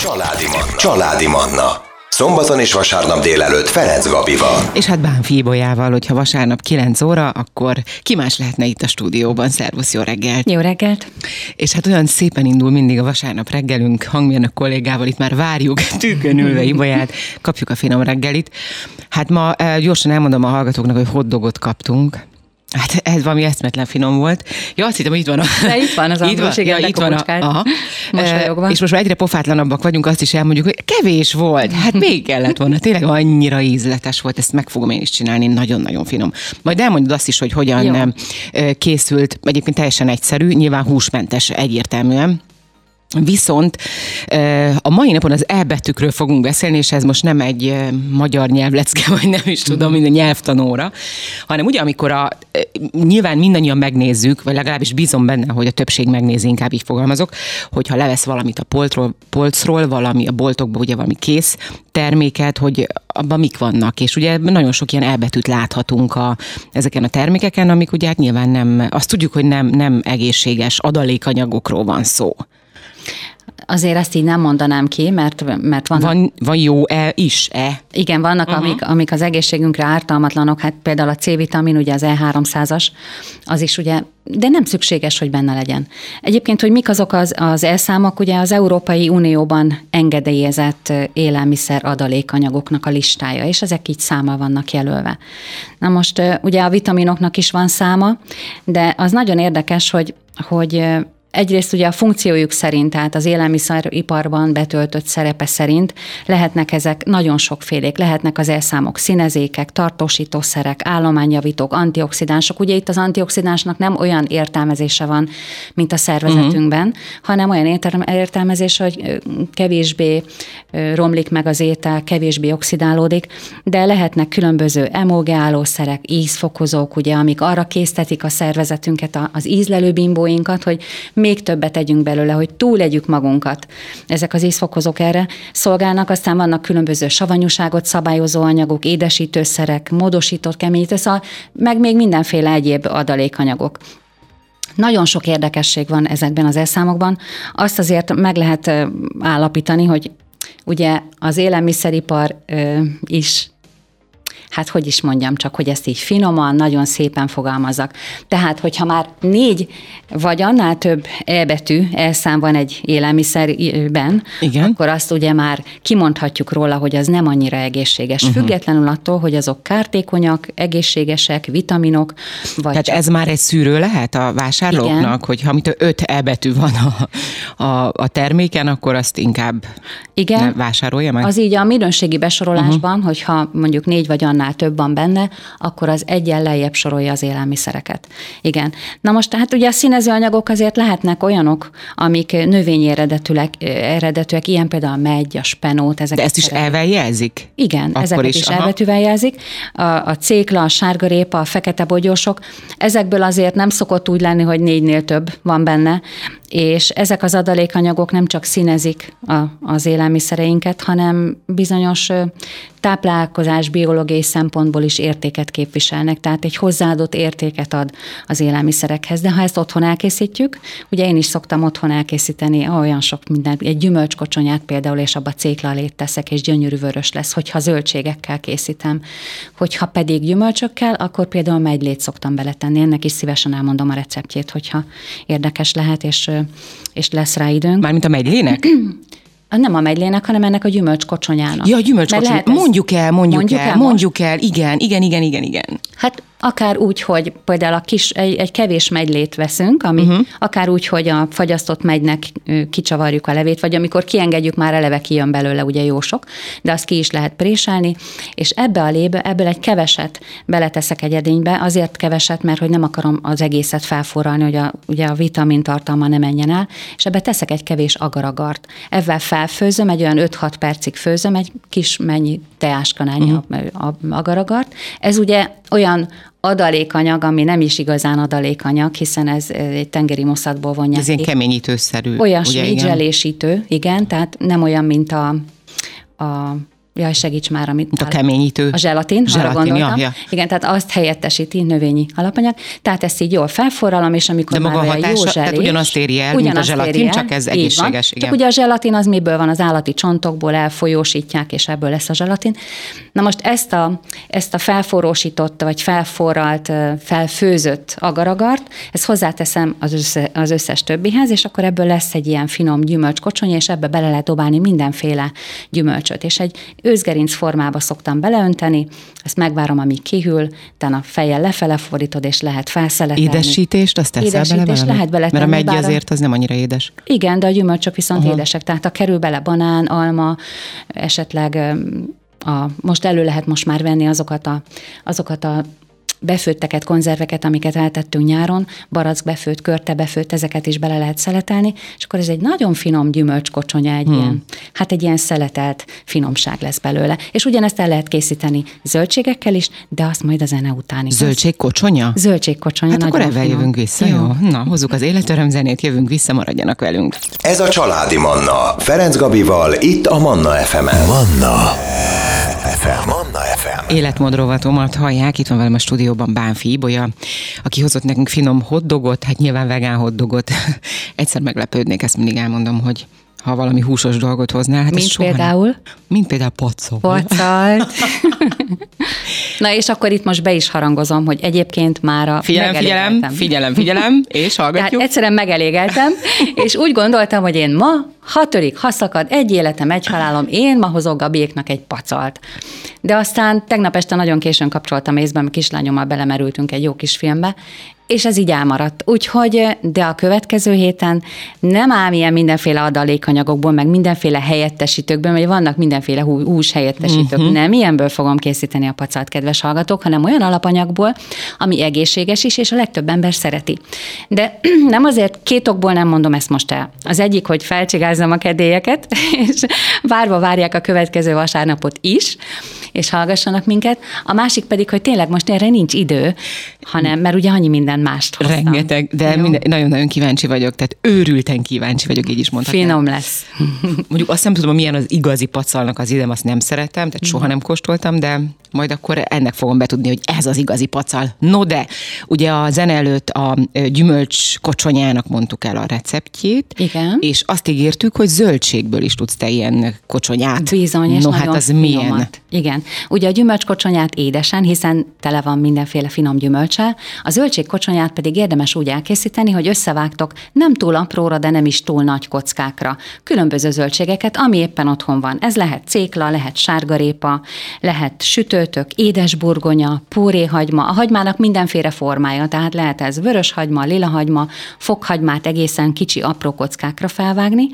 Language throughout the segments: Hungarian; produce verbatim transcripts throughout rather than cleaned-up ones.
Családi Manna. Családi Manna. Szombaton és vasárnap délelőtt Ferenc Gabival. És hát Bánffy Ibolyával, hogyha vasárnap kilenc óra, akkor ki más lehetne itt a stúdióban. Szervusz, jó reggelt! Jó reggelt! És hát olyan szépen indul mindig a vasárnap reggelünk, hangmérnök kollégával itt már várjuk, tűkön ülve Ibolyát, kapjuk a finom reggelit. Hát ma gyorsan elmondom a hallgatóknak, hogy hotdogot kaptunk. Hát ez valami eszmetlen finom volt. Ja, azt hittem, hogy itt van a... De itt van az angolus, igen, ja, itt van a, aha. Mosolyogva. És most már egyre pofátlanabbak vagyunk, azt is elmondjuk, hogy kevés volt. Hát még kellett volna. Tényleg annyira ízletes volt, ezt meg fogom én is csinálni, nagyon-nagyon finom. Majd elmondod azt is, hogy hogyan Jó. készült, egyébként teljesen egyszerű, nyilván húsmentes egyértelműen. Viszont a mai napon az E betűkről fogunk beszélni, és ez most nem egy magyar nyelvlecke, vagy nem is tudom, minden nyelvtanóra, hanem ugye, amikor a, nyilván mindannyian megnézzük, vagy legalábbis bízom benne, hogy a többség megnézi, inkább így fogalmazok, hogyha levesz valamit a poltról, polcról, valami a boltokban, ugye valami kész terméket, hogy abban mik vannak, és ugye nagyon sok ilyen E betűt láthatunk a, ezeken a termékeken, amik ugye hát nyilván nem, azt tudjuk, hogy nem, nem egészséges adalékanyagokról van szó. Azért ezt így nem mondanám ki, mert, mert vannak... Van, van jó E is, E. Igen, vannak, uh-huh. amik, amik az egészségünkre ártalmatlanok, hát például a C-vitamin, ugye az E háromszázas, az is ugye, de nem szükséges, hogy benne legyen. Egyébként, hogy mik azok az, az E-számok, ugye az Európai Unióban engedélyezett élelmiszer adalékanyagoknak a listája, és ezek így számmal vannak jelölve. Na most ugye a vitaminoknak is van száma, de az nagyon érdekes, hogy, hogy egyrészt ugye a funkciójuk szerint, tehát az élelmiszeriparban betöltött szerepe szerint lehetnek ezek nagyon sokfélék, lehetnek az E-számok színezékek, tartósítószerek, állományjavítók, antioxidánsok. Ugye itt az antioxidánsnak nem olyan értelmezése van, mint a szervezetünkben, uh-huh. hanem olyan értelmezése, hogy kevésbé romlik meg az étel, kevésbé oxidálódik, de lehetnek különböző emulgálószerek, ízfokozók, ugye, amik arra késztetik a szervezetünket, az ízlelő bimbóinkat, hogy még többet tegyünk belőle, hogy túlegyük magunkat. Ezek az ízfokozók erre szolgálnak, aztán vannak különböző savanyúságot szabályozó anyagok, édesítőszerek, módosított keményítő, szóval meg még mindenféle egyéb adalékanyagok. Nagyon sok érdekesség van ezekben az E-számokban. Azt azért meg lehet állapítani, hogy ugye az élelmiszeripar is, hát hogy is mondjam csak, hogy ezt így finoman, nagyon szépen fogalmazzak. Tehát, hogyha már négy vagy annál több E betű, E-szám van egy élelmiszerben, igen. akkor azt ugye már kimondhatjuk róla, hogy az nem annyira egészséges. Uh-huh. Függetlenül attól, hogy azok kártékonyak, egészségesek, vitaminok. Vagy Tehát ez már egy szűrő lehet a vásárlóknak, igen. hogy ha mit öt E betű van a, a, a terméken, akkor azt inkább igen. vásárolja meg? Az így a minőségi besorolásban, uh-huh. hogyha mondjuk négy vagy annál több van benne, akkor az egyen lejjebb sorolja az élelmiszereket. Igen. Na most tehát ugye a színező anyagok azért lehetnek olyanok, amik növényi eredetűek, eredetűek, ilyen például a meggy, a spenót. Ezeket de ezt is E-vel jelzik? Igen, akkor ezeket is, is E-betűvel jelzik. A, a cékla, a sárgarépa, a fekete bogyósok, ezekből azért nem szokott úgy lenni, hogy négynél több van benne, és ezek az adalékanyagok nem csak színezik a, az élelmiszereinket, hanem bizonyos táplálkozás biológiai szempontból is értéket képviselnek, tehát egy hozzáadott értéket ad az élelmiszerekhez. De ha ezt otthon elkészítjük, ugye én is szoktam otthon elkészíteni olyan sok mindent, egy gyümölcskocsonyát például, és abba céklalét teszek, és gyönyörű vörös lesz, hogyha zöldségekkel készítem. Hogyha pedig gyümölcsökkel, akkor például megylét szoktam beletenni. Ennek is szívesen elmondom a receptjét, hogyha érdekes lehet, és, és lesz rá időnk. Mármint a megylének? Nem a megylének, hanem ennek a gyümölcskocsonyának. Ja, a gyümölcskocsonyának. Mondjuk el, mondjuk, mondjuk el, el mondjuk el, igen, igen, igen, igen, igen. Hát akár úgy, hogy például a kis, egy, egy kevés megylét veszünk, ami uh-huh. akár úgy, hogy a fagyasztott megynek kicsavarjuk a levét, vagy amikor kiengedjük, már eleve kijön belőle ugye jó sok, de azt ki is lehet préselni, és ebbe a lébe, ebből egy keveset beleteszek egy edénybe, azért keveset, mert hogy nem akarom az egészet felforralni, hogy a, ugye a vitamin tartalma ne menjen el, és ebbe teszek egy kevés agaragart. Ezzel felfőzöm, egy olyan öt-hat percig főzöm, egy kis mennyi teáskanálnyi uh-huh. agaragart. Ez ugye olyan adalékanyag, ami nem is igazán adalékanyag, hiszen ez egy tengeri moszatból vonják. Ez ilyen keményítőszerű. Olyasmi, zselésítő, igen, tehát nem olyan, mint a, a Jaj, segíts már, amit... A keményítő. A zselatin, zselatin arra gondoltam. Ja, ja. Igen, tehát azt helyettesíti növényi alapanyag. Tehát ezt így jól felforralom, és amikor de már maga olyan jó zselés... Tehát ugyanazt éri el, mint a zselatin, csak ez egészséges. Igen. Csak ugye a zselatin az miből van? Az állati csontokból elfolyósítják, és ebből lesz a zselatin. Na most ezt a, ezt a felforrósított, vagy felforralt, felfőzött agaragart, ezt hozzáteszem az, össze, az összes többihez, és akkor ebből lesz egy ilyen finom gyümölcskocsonya, és ebbe bele lehet dobálni mindenféle gyümölcsöt. És egy őszgerinc formába szoktam beleönteni, ezt megvárom, amíg kihűl, utána fejjel lefele fordítod, és lehet felszeletelni. Édesítést azt teszel Édesítés bele valami? lehet beletenni. Mert a meggy azért az nem annyira édes. Igen, de a gyümölcsök viszont Aha. édesek. Tehát ha kerül bele banán, alma, esetleg a, most elő lehet most már venni azokat a, azokat a befőtteket, konzerveket, amiket eltettünk nyáron, barack befőtt, körte befőtt, ezeket is bele lehet szeletelni, és akkor ez egy nagyon finom gyümölcskocsonya, egy hmm. ilyen, hát egy ilyen szeletelt finomság lesz belőle. És ugyanezt el lehet készíteni zöldségekkel is, de azt majd a zene után is. Zöldségkocsonya? Zöldségkocsonya. Hát akkor ebben finom. jövünk vissza, jó? jó? Na, hozzuk az életöröm zenét, jövünk vissza, maradjanak velünk. Ez a Családi Manna. Ferenc Gabival, itt a Manna ef emen. Manna ef em. Manna ef em. Életmód rovatomat hallják, itt van velem a stúdióban Bánfi Ibolya, aki hozott nekünk finom hotdogot, hát nyilván vegán hotdogot. Egyszer meglepődnék, ezt mindig elmondom, hogy ha valami húsos dolgot hoznál, hát mint soha például? Nem. Mint például pacol. Pacalt. Na és akkor itt most be is harangozom, hogy egyébként már a Figyelem, figyelem, figyelem, figyelem, és hallgatjuk. Tehát egyszerűen megelégeltem, és úgy gondoltam, hogy én ma, ha törik, ha szakad, egy életem, egy halálom, én ma hozok Gabiéknak egy pacalt. De aztán tegnap este nagyon későn kapcsoltam észbe, mert kislányommal belemerültünk egy jó kis filmbe, és ez így elmaradt. Úgyhogy, de a következő héten nem ám ilyen mindenféle adalékanyagokból, meg mindenféle helyettesítőkből, mert vannak mindenféle hús helyettesítők. Uh-huh. Nem ilyenből fogom készíteni a pacalt, kedves hallgatók, hanem olyan alapanyagból, ami egészséges is, és a legtöbb ember szereti. De nem azért, két okból nem mondom ezt most el. Az egyik, hogy felcsigázzam a kedélyeket, és várva várják a következő vasárnapot is, és hallgassanak minket. A másik pedig, hogy tényleg most erre nincs idő, hanem, mert ugye annyi minden mást hoztam. Rengeteg, de minden, nagyon-nagyon kíváncsi vagyok, tehát őrülten kíváncsi vagyok, így is mondhatnám. Finom lesz. Mondjuk azt nem tudom, milyen az igazi pacalnak az idem, azt nem szeretem, tehát soha nem kóstoltam, de majd akkor ennek fogom betudni, hogy ez az igazi pacal. No de, ugye a zene előtt a gyümölcs kocsonyának mondtuk el a receptjét, igen. És azt ígértük, hogy zöldségből is tudsz te ilyen kocsonyát. Bizony, és no, nagyon hát az finomat. milyen? Igen. Ugye a gyümölcskocsonyát édesen, hiszen tele van mindenféle finom gyümölccsel, a zöldségkocsonyát pedig érdemes úgy elkészíteni, hogy összevágtok nem túl apróra, de nem is túl nagy kockákra. Különböző zöldségeket, ami éppen otthon van. Ez lehet cékla, lehet sárgarépa, lehet sütőtök, édesburgonya, púréhagyma, a hagymának mindenféle formája, tehát lehet ez vörös hagyma, lila hagyma, fokhagymát egészen kicsi apró kockákra felvágni,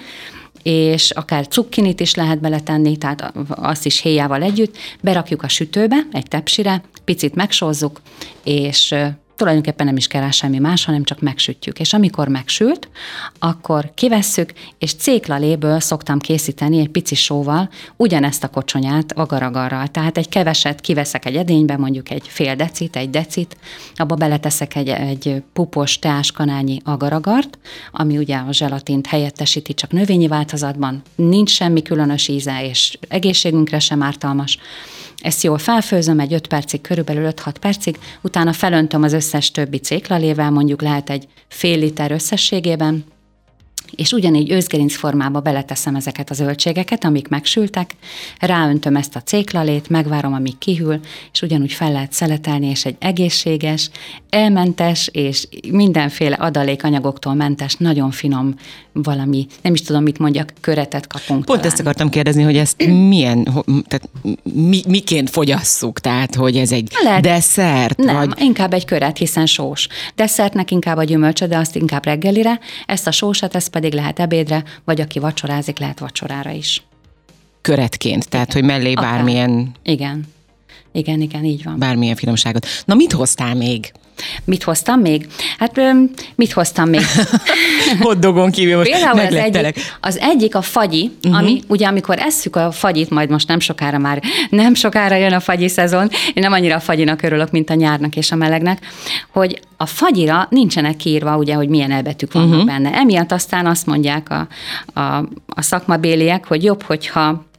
és akár cukkinit is lehet beletenni, tehát azt is héjával együtt, berakjuk a sütőbe, egy tepsire, picit megsózzuk, és tulajdonképpen nem is kell rá semmi más, hanem csak megsütjük. És amikor megsült, akkor kivesszük, és céklaléből szoktam készíteni egy pici sóval ugyanezt a kocsonyát agaragarral. Tehát egy keveset kiveszek egy edénybe, mondjuk egy fél decit, egy decit, abba beleteszek egy, egy pupos teáskanálnyi agaragart, ami ugye a zselatint helyettesíti, csak növényi változatban, nincs semmi különös íze, és egészségünkre sem ártalmas. Ezt jól felfőzöm egy öt percig, körülbelül öt-hat percig, utána felöntöm az összes többi céklalével, mondjuk lehet egy fél liter összességében, és ugyanígy őszgerinc formába beleteszem ezeket a zöldségeket, amik megsültek, ráöntöm ezt a céklalét, megvárom, amíg kihűl, és ugyanúgy fel lehet szeletelni, és egy egészséges, elmentes és mindenféle adalékanyagoktól mentes, nagyon finom valami, nem is tudom, mit mondjak, köretet kapunk. Pont talán. Ezt akartam kérdezni, hogy ezt milyen, tehát mi, miként fogyasszuk, tehát hogy ez egy Lehet. desszert? Nem, vagy... inkább egy köret, hiszen sós. Desszertnek inkább a gyümölcse, de azt inkább reggelire, ezt a sósat, ezt pedig lehet ebédre, vagy aki vacsorázik, lehet vacsorára is. Köretként, tehát hogy mellé Akár. bármilyen... Igen. Igen, igen, így van. Bármilyen finomságot. Na, mit hoztál még? Mit hoztam még? Hát mit hoztam még? Hotdogon kívül most Például az meglettelek. egyik, az egyik a fagyi, uh-huh. ami ugye amikor esszük a fagyit, majd most nem sokára már, nem sokára jön a fagyi szezon, én nem annyira a fagyinak örülök, mint a nyárnak és a melegnek, hogy a fagyira nincsenek kiírva, ugye, hogy milyen elbetűk vannak uh-huh. benne. Emiatt aztán azt mondják a, a, a szakmabéliek, hogy jobb, hogyha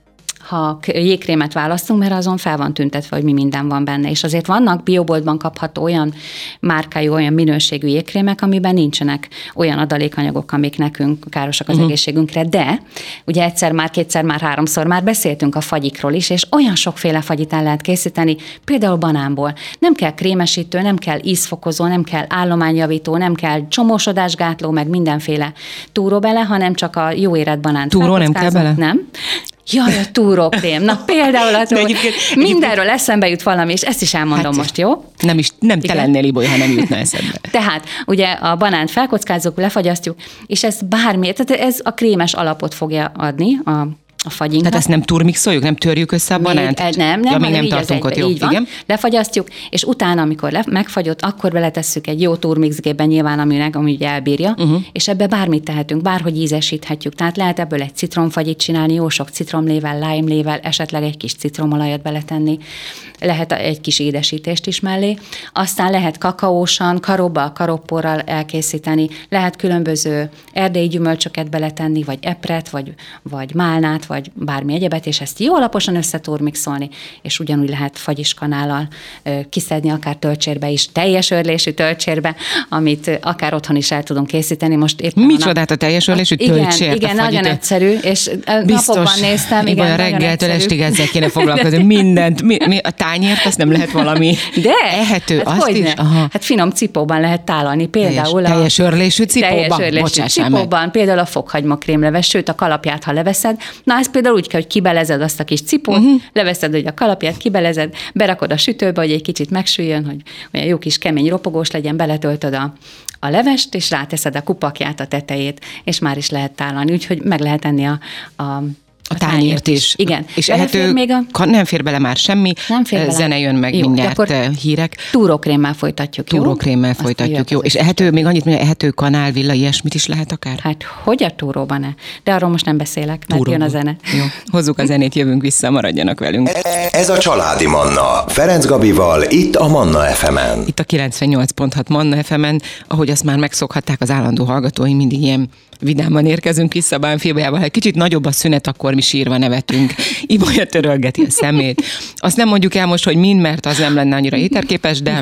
ha jégkrémet választunk, mert azon fel van tüntetve, hogy mi minden van benne. És azért vannak bioboltban kapható olyan márkájú, olyan minőségű jégkrémek, amiben nincsenek olyan adalékanyagok, amik nekünk károsak az uh-huh. egészségünkre, de ugye egyszer már, kétszer már, háromszor már beszéltünk a fagyikról is, és olyan sokféle fagyit el lehet készíteni, például banánból. Nem kell krémesítő, nem kell ízfokozó, nem kell állományjavító, nem kell csomósodásgátló, meg mindenféle túró bele, hanem csak a jó érett banánt. Túró nem kell bele? Nem. Jaj, a túrókrém. Na például a túró... egyébként, mindenről egyébként... eszembe jut valami, és ezt is elmondom hát, most, jó? Nem is, nem te lennél, Ibolya, ha nem jutna eszembe. Tehát ugye a banánt felkockázzuk, lefagyasztjuk, és ez bármi, tehát ez a krémes alapot fogja adni a a fagyinkat. Tehát ezt nem turmixoljuk, nem törjük össze a banánt? Még, nem, nem. Ja, még nem tartunk ott, jó. Így van, igen. Lefagyasztjuk, és utána, amikor le, megfagyott, akkor beletesszük egy jó turmixgépben nyilván, aminek, ami ugye elbírja, uh-huh. és ebbe bármit tehetünk, bárhogy ízesíthetjük. Tehát lehet ebből egy citromfagyit csinálni, jó sok citromlével, limelével, esetleg egy kis citromolajat beletenni, lehet egy kis édesítést is mellé. Aztán lehet kakaósan, karobbal, karopporral elkészíteni, lehet különböző erdélyi gyümölcsöket beletenni, vagy epret, vagy, vagy málnát, vagy bármi egyebet, és ezt jó alaposan összeturmixolni, és ugyanúgy lehet fagyiskanállal kiszedni, akár töltsérbe is, teljes örlésű töltsérbe, amit akár otthon is el tudunk készíteni. Most éppen micsodát a teljes örlésű töltsért? Igen, igen, nagyon egyszerű, és biztos, napokban néztem. Igen, igen, reggeltől estig ezzel kéne foglalkozni. Mindent, mi, mi, a tányért, azt nem lehet valami de, ehető, hát azt is? Hát finom cipóban lehet tálalni, például teljes, a... Teljes örlésű cipóban? Teljes örlésű cipóban, meg. Például a fokhagymakrémleves, sőt a kalapját, ha leveszed, na ez például úgy kell, hogy kibelezed azt a kis cipót, uh-huh. leveszed hogy a kalapját, kibelezed, berakod a sütőbe, hogy egy kicsit megsüljön, hogy olyan jó kis kemény ropogós legyen, beletöltöd a, a levest, és ráteszed a kupakját, a tetejét, és már is lehet tálalni, úgyhogy meg lehet enni a, a A tányért is. Igen. És ehető, még a... nem fér bele már semmi, nem fér bele. Zene jön meg, jó, mindjárt hírek. Túrókrémmel folytatjuk, jó? Túrókrémmel folytatjuk, jó. És ehető, még annyit mondja, ehető kanál, villa, ilyesmit is lehet akár? Hát, hogy a túróban ne? De arról most nem beszélek, mert túróban. Jön a zene. Jó, hozzuk a zenét, jövünk vissza, maradjanak velünk. Ez a Családi Manna, Ferenc Gabival, itt a Manna ef emen. Itt a kilencvennyolc pont hat Manna ef emen, ahogy azt már megszokhatták az állandó hallgatói, mindig ilyen vidáman érkezünk vissza Bánfélbajával. Ha egy kicsit nagyobb a szünet, akkor mi sírva nevetünk. Ibolya törölgeti a szemét. Azt nem mondjuk el most, hogy mind, mert az nem lenne annyira éterképes, de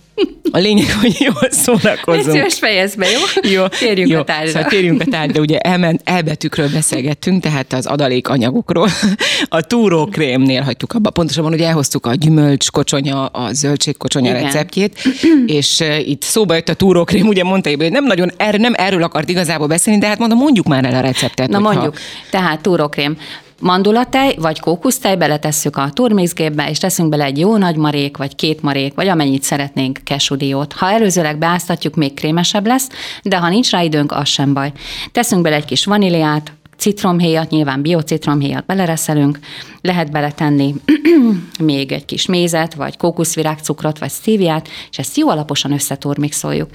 a lényeg, hogy jól szórakozunk. Szíves fejezd be, jó? Jó. Térjünk jó. a tárgyra. Szóval térjünk a tárgyra, ugye elment, elbetűkről beszélgettünk, tehát az adalékanyagokról. A túrókrémnél hagytuk abba. Pontosabban ugye elhoztuk a gyümölcskocsonya, a zöldségkocsonya igen. receptjét, és uh, itt szóba jött a túrókrém, ugye mondta, hogy nem nagyon er, nem erről akart igazából beszélni, de hát mondom, mondjuk már el a receptet. Na hogyha... mondjuk, tehát túrókrém. Mandulatej vagy kókusztej, beletesszük a turmixgépbe, és teszünk bele egy jó nagy marék, vagy két marék, vagy amennyit szeretnénk kesudiót. Ha előzőleg beáztatjuk, még krémesebb lesz, de ha nincs rá időnk, az sem baj. Teszünk bele egy kis vaníliát, citromhéjat, nyilván biocitromhéjat belereszelünk, lehet beletenni még egy kis mézet, vagy kókuszvirágcukrot, vagy sztíviát, és ezt jó alaposan összeturmixoljuk.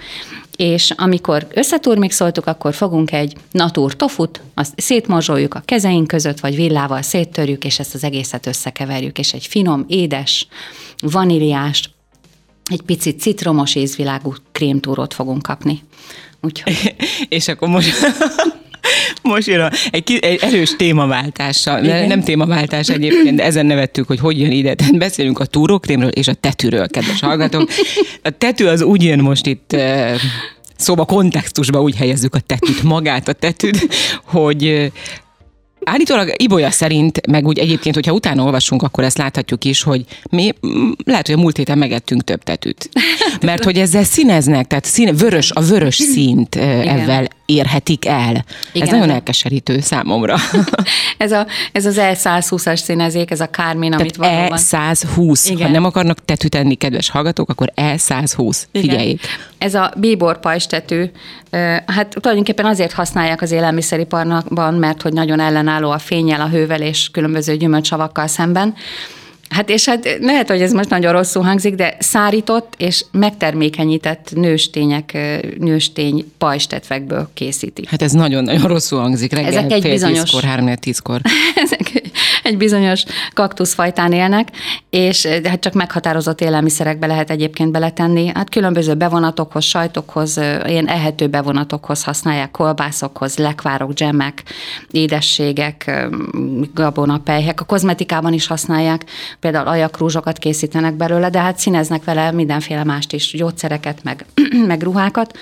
És amikor összeturmixoltuk, akkor fogunk egy natur tofut, azt szétmorzsoljuk a kezeink között, vagy villával széttörjük, és ezt az egészet összekeverjük, és egy finom, édes, vaníliás, egy picit citromos ízvilágú krémtúrót fogunk kapni. Úgyhogy... és akkor most... Most jön egy, egy erős témaváltással, igen. nem témaváltás egyébként, de ezen nevettük, hogy hogy jön ide. Tehát beszélünk a túrókrémről és a tetűről, kedves hallgatók. A tetű az úgy jön most itt, szóval kontextusban úgy helyezzük a tetűt, magát a tetűt, hogy állítólag Ibolya szerint, meg úgy egyébként, hogyha utána olvasunk, akkor ezt láthatjuk is, hogy mi lehet, hogy a múlt héten megettünk több tetűt. Mert hogy ezzel színeznek, tehát színe, vörös, a vörös színt igen. ezzel érhetik el. Igen, ez nagyon elkeserítő számomra. ez, a, ez az E száz húszas színezék, ez a Kármin, amit valóban... E száz húsz. Igen. Ha nem akarnak tetűt enni, kedves hallgatók, akkor E száz húsz. Figyeljék. Ez a bíbor pajzstetű, hát tulajdonképpen azért használják az élelmiszeriparban, mert hogy nagyon ellenálló a fénnyel, a hővel és különböző gyümölcsavakkal szemben. Hát és hát lehet, hogy ez most nagyon rosszul hangzik, de szárított és megtermékenyített nőstények, nőstény pajzstetvekből készítik. Hát ez nagyon-nagyon rosszul hangzik reggel, ezek egy fél bizonyos... tízkor, három tízkor. ezek egy bizonyos kaktuszfajtán élnek, és hát csak meghatározott élelmiszerekbe lehet egyébként beletenni. Hát különböző bevonatokhoz, sajtokhoz, ilyen ehető bevonatokhoz használják, kolbászokhoz, lekvárok, dzsemek, édességek, gabonapelyhek. A kozmetikában is használják, például ajakrúzsokat készítenek belőle, de hát színeznek vele mindenféle mást is, gyógyszereket, meg, meg ruhákat.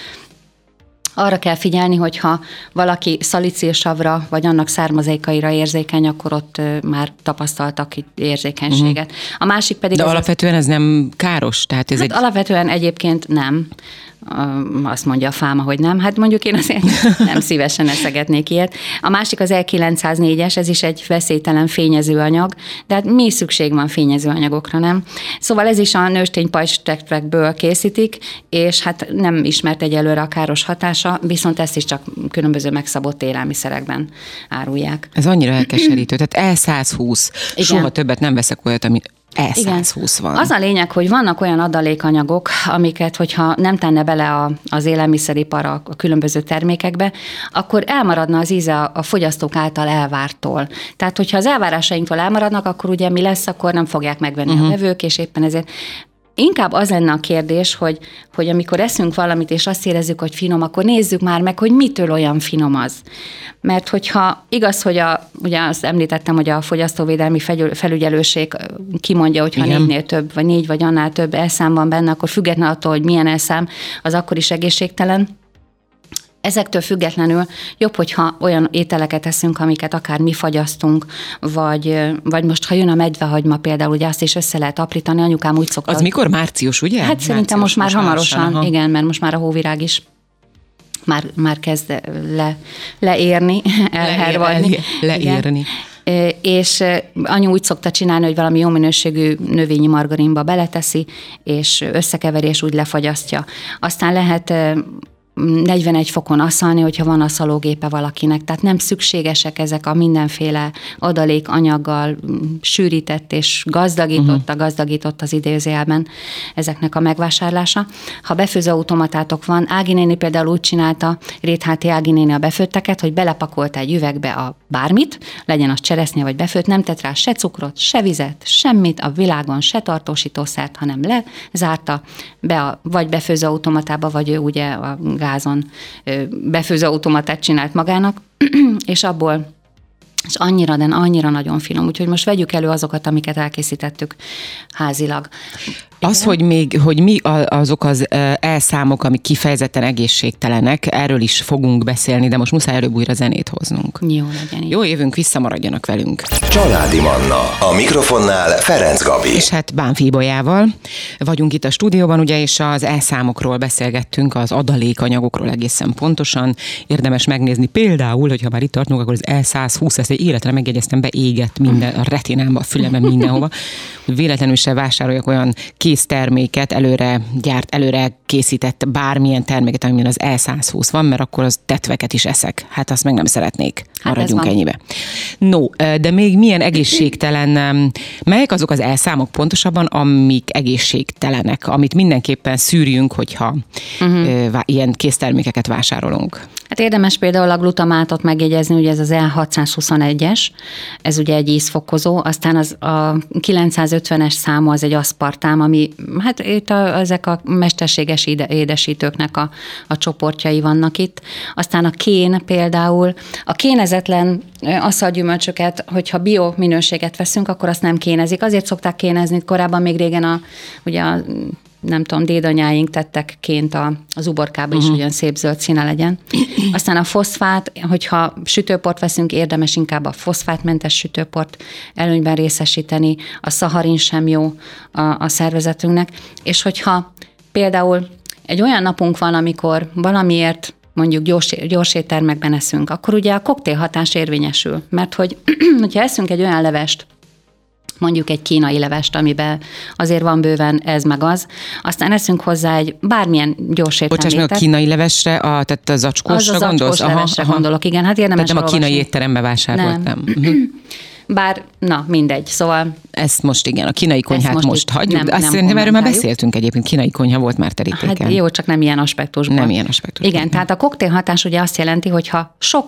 Arra kell figyelni, hogyha valaki szalicilsavra, vagy annak származékaira érzékeny, akkor ott már tapasztaltak itt érzékenységet. A másik pedig... De ez alapvetően ez nem káros? Tehát ez hát egy... alapvetően egyébként nem. Azt mondja a fáma, hogy nem. Hát mondjuk én azért nem szívesen eszegetnék ilyet. A másik az E kilencszáznégyes, ez is egy veszélytelen fényezőanyag, de hát mi szükség van fényezőanyagokra, nem? Szóval ez is a nőstény pajzstetrekből készítik, és hát nem ismert egyelőre a káros hatása, viszont ezt is csak különböző megszabott élelmiszerekben árulják. Ez annyira elkeserítő. Tehát E száz húsz. Igen. Soha többet nem veszek olyat, ami E száz húsz van. Az a lényeg, hogy vannak olyan adalékanyagok, amiket, hogyha nem tenne bele a, az élelmiszeripar a, a különböző termékekbe, akkor elmaradna az íze a, a fogyasztók által elvártól. Tehát, hogyha az elvárásainktól elmaradnak, akkor ugye mi lesz, akkor nem fogják megvenni uh-huh. a vevők, és éppen ezért inkább az lenne a kérdés, hogy, hogy amikor eszünk valamit, és azt érezzük, hogy finom, akkor nézzük már meg, hogy mitől olyan finom az. Mert hogyha igaz, hogy a, ugye azt említettem, hogy a fogyasztóvédelmi felügyelőség kimondja, hogy ha Igen. négynél több, vagy négy vagy annál több elszám van benne, akkor független attól, hogy milyen elszám, az akkor is egészségtelen. Ezektől függetlenül jobb, hogyha olyan ételeket eszünk, amiket akár mi fagyasztunk, vagy, vagy most, ha jön a medvehagyma például, ugye azt is össze lehet aprítani, anyukám úgy szokta. Az mikor? Március, ugye? Hát Március, szerintem most már most hamarosan, lassan, igen, mert most már a hóvirág is már, már kezd le, leérni, elhervadni. Le, leérni. Igen. És anyu úgy szokta csinálni, hogy valami jó minőségű növényi margarinba beleteszi, és összekeveri, és úgy lefagyasztja. Aztán lehet negyvenegy fokon asszalni, hogyha van asszalógépe valakinek. Tehát nem szükségesek ezek a mindenféle adalékanyaggal sűrített és gazdagított, uh-huh. a gazdagított az idézőjelben ezeknek a megvásárlása. Ha befőző automatátok van, Ági néni például úgy csinálta, Rétháti Ági néni a befőtteket, hogy belepakolta egy üvegbe a bármit, legyen az cseresznye vagy befőtt, nem tett rá se cukrot, se vizet, semmit a világon, se tartósítószert, hanem lezárta be a, vagy befőző automatába, vagy ő ugye a gázon befőző automatát csinált magának, és abból és annyira, de annyira nagyon finom. Úgyhogy most vegyük elő azokat, amiket elkészítettük házilag. Az, hogy még, hogy mi azok az elszámok, amik kifejezetten egészségtelenek, erről is fogunk beszélni, de most muszáj előbb újra zenét hoznunk. Jó legyen így. Jó évünk, visszamaradjanak velünk. Családi Manna. A mikrofonnál Ferenc Gabi. És hát Bánfi Ibolyával vagyunk itt a stúdióban, ugye, és az elszámokról beszélgettünk, az adalékanyagokról egészen pontosan. Érdemes megnézni például, hogyha már itt tartunk, akkor az E száz húsz, ezt egy életre megjegyeztem, beégett minden, a retinámba, a fülembe, mindenhova, hogy véletlenül se vásároljak olyan készterméket, előre gyárt, előre készített bármilyen terméket, amiben az E száz húsz van, mert akkor az tetveket is eszek. Hát azt meg nem szeretnék. Maradjunk hát ennyibe. No, de még milyen egészségtelen, melyek azok az elszámok pontosabban, amik egészségtelenek, amit mindenképpen szűrjünk, hogyha uh-huh. ilyen késztermékeket vásárolunk? Hát érdemes például a glutamátot megjegyezni, ugye ez az E hatszázhuszonegyes, ez ugye egy ízfokozó, aztán az a kilencszázötvenes számú az egy aszpartám, ami hát itt a, ezek a mesterséges édesítőknek a, a csoportjai vannak itt. Aztán a kén például, a kénezetlen asszalgyümölcsöket, hogyha bio minőséget veszünk, akkor azt nem kénezik. Azért szokták kénezni, korábban még régen a, ugye a nem tudom, dédanyáink tettek ként a, az uborkába is, uh-huh. olyan szép zöld színe legyen. Aztán a foszfát, hogyha sütőport veszünk, érdemes inkább a foszfátmentes sütőport előnyben részesíteni, a szaharin sem jó a, a szervezetünknek, és hogyha például egy olyan napunk van, amikor valamiért mondjuk gyors, gyors éttermekben eszünk, akkor ugye a koktélhatás érvényesül, mert hogy, hogyha eszünk egy olyan levest, mondjuk egy kínai levest, amiben azért van bőven ez meg az. Aztán eszünk hozzá egy bármilyen gyors étterméket. Bocsáss meg, a kínai levesre, a, tehát a zacskósra az gondolsz? Az a zacskós levesre aha, gondolok, igen. Hát érdemes tehát nem a kínai étterembe vásároltam. Bár, na, mindegy, szóval... Ezt most igen, a kínai konyhát most, most hagyjuk. Nem, azt szerintem erről már beszéltünk egyébként, kínai konyha volt már terítéken. Hát jó, csak nem ilyen aspektusban. Nem ilyen aspektusban. Igen, tehát a koktélhatás ugye azt jelenti, hogy ha sok-sok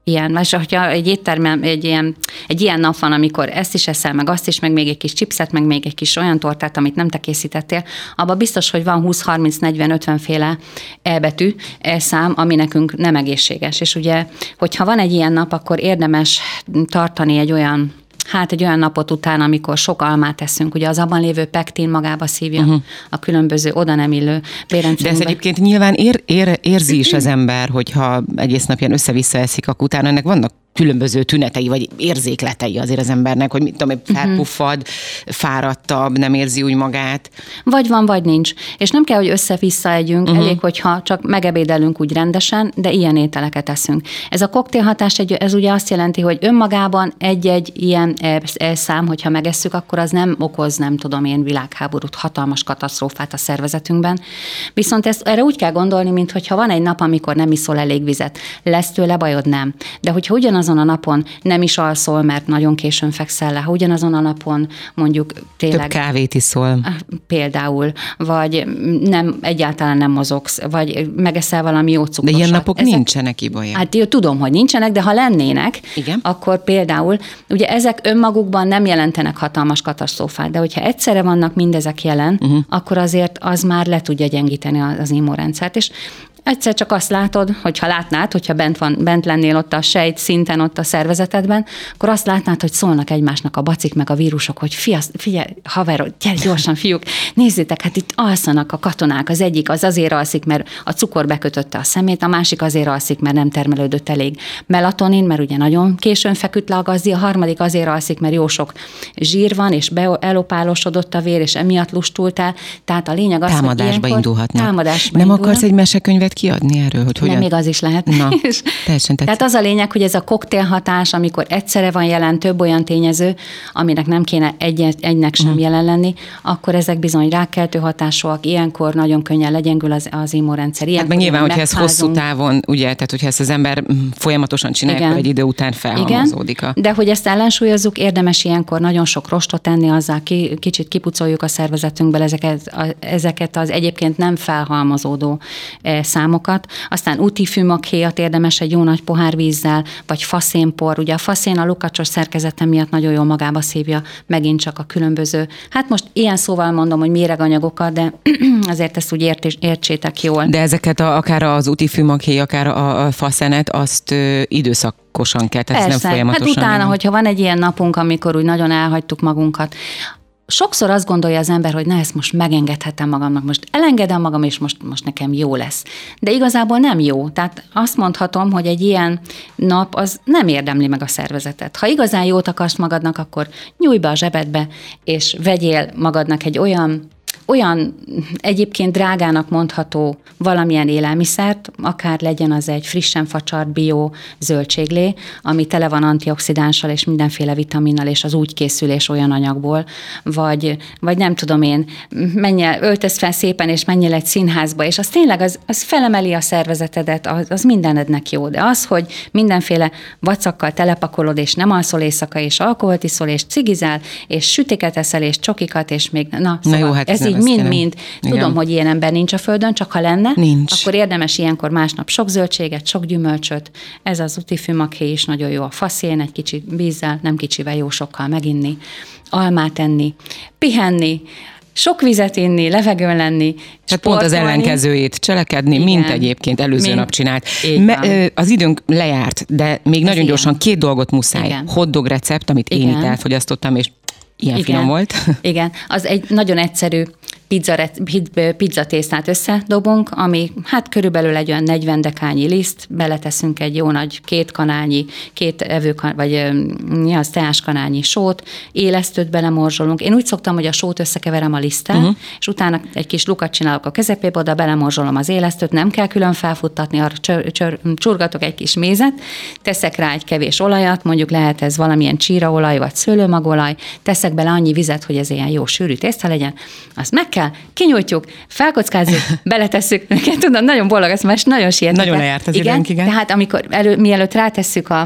ilyen, és hogyha egy éttermem, egy ilyen, egy ilyen nap van, amikor ezt is eszel, meg azt is, meg még egy kis chipset, meg még egy kis olyan tortát, amit nem te készítettél, abban biztos, hogy van húsz, harminc, negyven, ötven féle elbetű, elszám, ami nekünk nem egészséges. És ugye, hogyha van egy ilyen nap, akkor érdemes tartani egy olyan Hát egy olyan napot után, amikor sok almát eszünk, ugye az abban lévő pektin magába szívja uh-huh. a különböző oda nem illő bérrendszerünkbe. De ezt egyébként nyilván ér, ér, érzi is az ember, hogyha egész nap ilyen össze-vissza eszik, akkor utána ennek vannak különböző tünetei, vagy érzékletei azért az embernek, hogy mit tudom, felpuffad, fáradtabb, nem érzi úgy magát. Vagy van, vagy nincs. És nem kell, hogy össze-vissza együnk, uh-huh. elég, hogyha csak megebédelünk úgy rendesen, de ilyen ételeket eszünk. Ez a koktélhatás, ez ugye azt jelenti, hogy önmagában egy-egy ilyen elszám, hogyha megesszük, akkor az nem okoz, nem tudom én, világháborút, hatalmas katasztrófát a szervezetünkben. Viszont ezt, erre úgy kell gondolni, mintha van egy nap, amikor nem iszol elég vizet. Lesz tőle bajod? Nem. De hogyha ugyanaz azon a napon nem is alszol, mert nagyon későn fekszel le, ha ugyanazon a napon mondjuk tényleg... Több kávét iszol. Például, vagy nem, egyáltalán nem mozogsz, vagy megeszel valami jó cukrosat. De ilyen napok ezek, nincsenek, Ibolya. Hát én tudom, hogy nincsenek, de ha lennének, igen? Akkor például, ugye ezek önmagukban nem jelentenek hatalmas katasztrófát, de hogyha egyszerre vannak mindezek jelen, uh-huh. akkor azért az már le tudja gyengíteni az immunrendszert, és egyszer csak azt látod, hogyha látnád, hogyha bent, van, bent lennél ott a sejt szinten, ott a szervezetedben, akkor azt látnád, hogy szólnak egymásnak a bacik meg a vírusok, hogy fiasz, figyelj, haverod, gyere gyorsan, fiúk, nézzétek, hát itt alszanak a katonák, az egyik az azért alszik, mert a cukor bekötötte a szemét, a másik azért alszik, mert nem termelődött elég melatonin, mert ugye nagyon későn feküdt le a gazdi, a harmadik azért alszik, mert jó sok zsír van, és be, elopálosodott a vér, és emiatt lustultál. Tehát a lényeg az, támadásba hogy indulhatnak. Támadásba nem indulnak. Akarsz egy mesekönyvet kiadni erről? Hogy hogyan? Nem, még az is lehet. Na, teljesen Tehát az a lényeg, hogy ez a koktélhatás, amikor egyszerre van jelen több olyan tényező, aminek nem kéne egy, egynek sem uh-huh. jelen lenni, akkor ezek bizony rákkeltő hatásúak, ilyenkor nagyon könnyen legyengül az, az immunrendszer. Hát meg nyilván, hogyha ez hosszú távon, ugye, tehát hogyha ezt az ember folyamatosan csinálja, igen. akkor egy idő után felhalmozódik. A... De hogy ezt ellensúlyozzuk, érdemes ilyenkor nagyon sok rostot tenni, azzal ki, kicsit kipucoljuk a szervezetünkből ezeket, a, ezeket az egyébként nem felhalmozódó számokat. Aztán útifűmakhéjat érdemes egy jó nagy pohár vízzel, vagy faszénpor. Ugye a faszén a lukacsos szerkezete miatt nagyon jól magába szívja megint csak a különböző, hát most ilyen szóval mondom, hogy méreganyagokat, de azért ezt úgy ért, értsétek jól. De ezeket a, akár az útifűmakhéj, akár a, a faszenet, azt ö, időszakosan kell, tehát persze, ez nem folyamatosan. Hát utána, nem. hogyha van egy ilyen napunk, amikor úgy nagyon elhagytuk magunkat, sokszor azt gondolja az ember, hogy na, ezt most megengedhetem magamnak, most elengedem magam, és most, most nekem jó lesz. De igazából nem jó. Tehát azt mondhatom, hogy egy ilyen nap az nem érdemli meg a szervezetet. Ha igazán jót akarsz magadnak, akkor nyújj be a zsebedbe, és vegyél magadnak egy olyan olyan egyébként drágának mondható valamilyen élelmiszert, akár legyen az egy frissen facsart bio zöldséglé, ami tele van antioxidánssal és mindenféle vitaminnal, és az úgy készül és olyan anyagból, vagy, vagy nem tudom én, menj el, öltöz fel szépen, és menjél egy színházba, és az tényleg az, az felemeli a szervezetedet, az, az mindenednek jó. De az, hogy mindenféle vacakkal telepakolod, és nem alszol éjszaka, és alkoholt iszol, és cigizel, és sütiket eszel, és csokikat, és még, na, szóval na jó, hát ez így mind-mind. Tudom, igen. hogy ilyen ember nincs a földön, csak ha lenne, nincs. Akkor érdemes ilyenkor másnap sok zöldséget, sok gyümölcsöt. Ez az útifűmakhéj is nagyon jó. A faszén egy kicsit vízzel, nem kicsivel, jó sokkal meginni, almát enni, pihenni, sok vizet inni, levegőn lenni, tehát pont az ellenkezőjét cselekedni, igen. mint egyébként előző mint, nap csinált. Me, az időnk lejárt, de még ez nagyon ilyen. Gyorsan két dolgot muszáj. Igen. Hotdog recept, amit igen. én itt elfogyasztottam, és ilyen igen. finom volt. Igen, az egy nagyon egyszerű pizza, pizzatésztát összedobunk, ami hát körülbelül egy olyan negyven dekányi liszt, beleteszünk egy jó nagy két kanálnyi, két evő, vagy mi az, teáskanálnyi sót, élesztőt belemorzsolunk. Én úgy szoktam, hogy a sót összekeverem a liszttel, uh-huh. és utána egy kis lukat csinálok a közepébe, oda belemorzsolom az élesztőt, nem kell külön felfuttatni, arra csör, csör, csurgatok egy kis mézet, teszek rá egy kevés olajat, mondjuk lehet ez valamilyen csíraolaj, vagy szőlőmagolaj, teszek bele annyi vizet, hogy ez ilyen jó sűrű tészta legyen, azt meg kell, kinyújtjuk, felkockázzuk, beletesszük, tudom, nagyon boldog, ezt most nagyon sietnek. Nagyon lejárt az igen, időnk, igen. Tehát amikor elő, mielőtt rátesszük a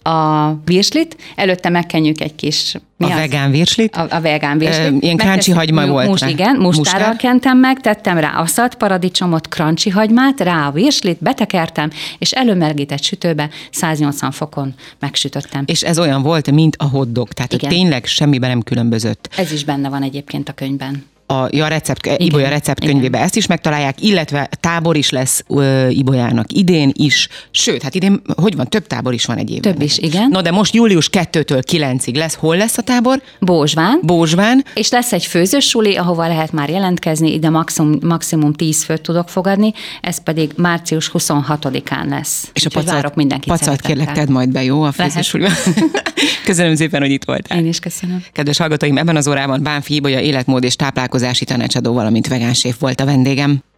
a virslit, előtte megkenjük egy kis... Mi a az? vegán virslit? A, a vegán virslit. Ilyen crunchy hagyma volt most, rá. Igen, mustárral Mustár? kentem meg, tettem rá aszalt paradicsomot, crunchy hagymát, rá a virslit, betekertem, és előmelegített sütőbe száznyolcvan fokon megsütöttem. És ez olyan volt, mint a hot dog, tehát hogy tényleg semmiben nem különbözött. Ez is benne van egyébként a könyvben. A ja, recept, Ibolya receptkönyvében ezt is megtalálják, illetve tábor is lesz uh, Ibolyának idén is, sőt, hát idén, hogy van, több tábor is van egy évben. Több is, igen. No, de most július kettőtől kilencig lesz. Hol lesz a tábor? Bózsván. Bózsván. És lesz egy főzős suli, ahova lehet már jelentkezni, ide maximum, maximum tíz főt tudok fogadni, ez pedig március huszonhatodikán lesz. És Úgyhogy a pacat, várok mindenkit pacat kérlek, tedd majd be, jó, a főzős suliban. Köszönöm szépen, hogy itt voltál. Én is köszönöm. Kedves hallgatóim, ebben az órában Bánffy Ibolya életmód és táplálkozási tanácsadó, valamint vegánséf volt a vendégem.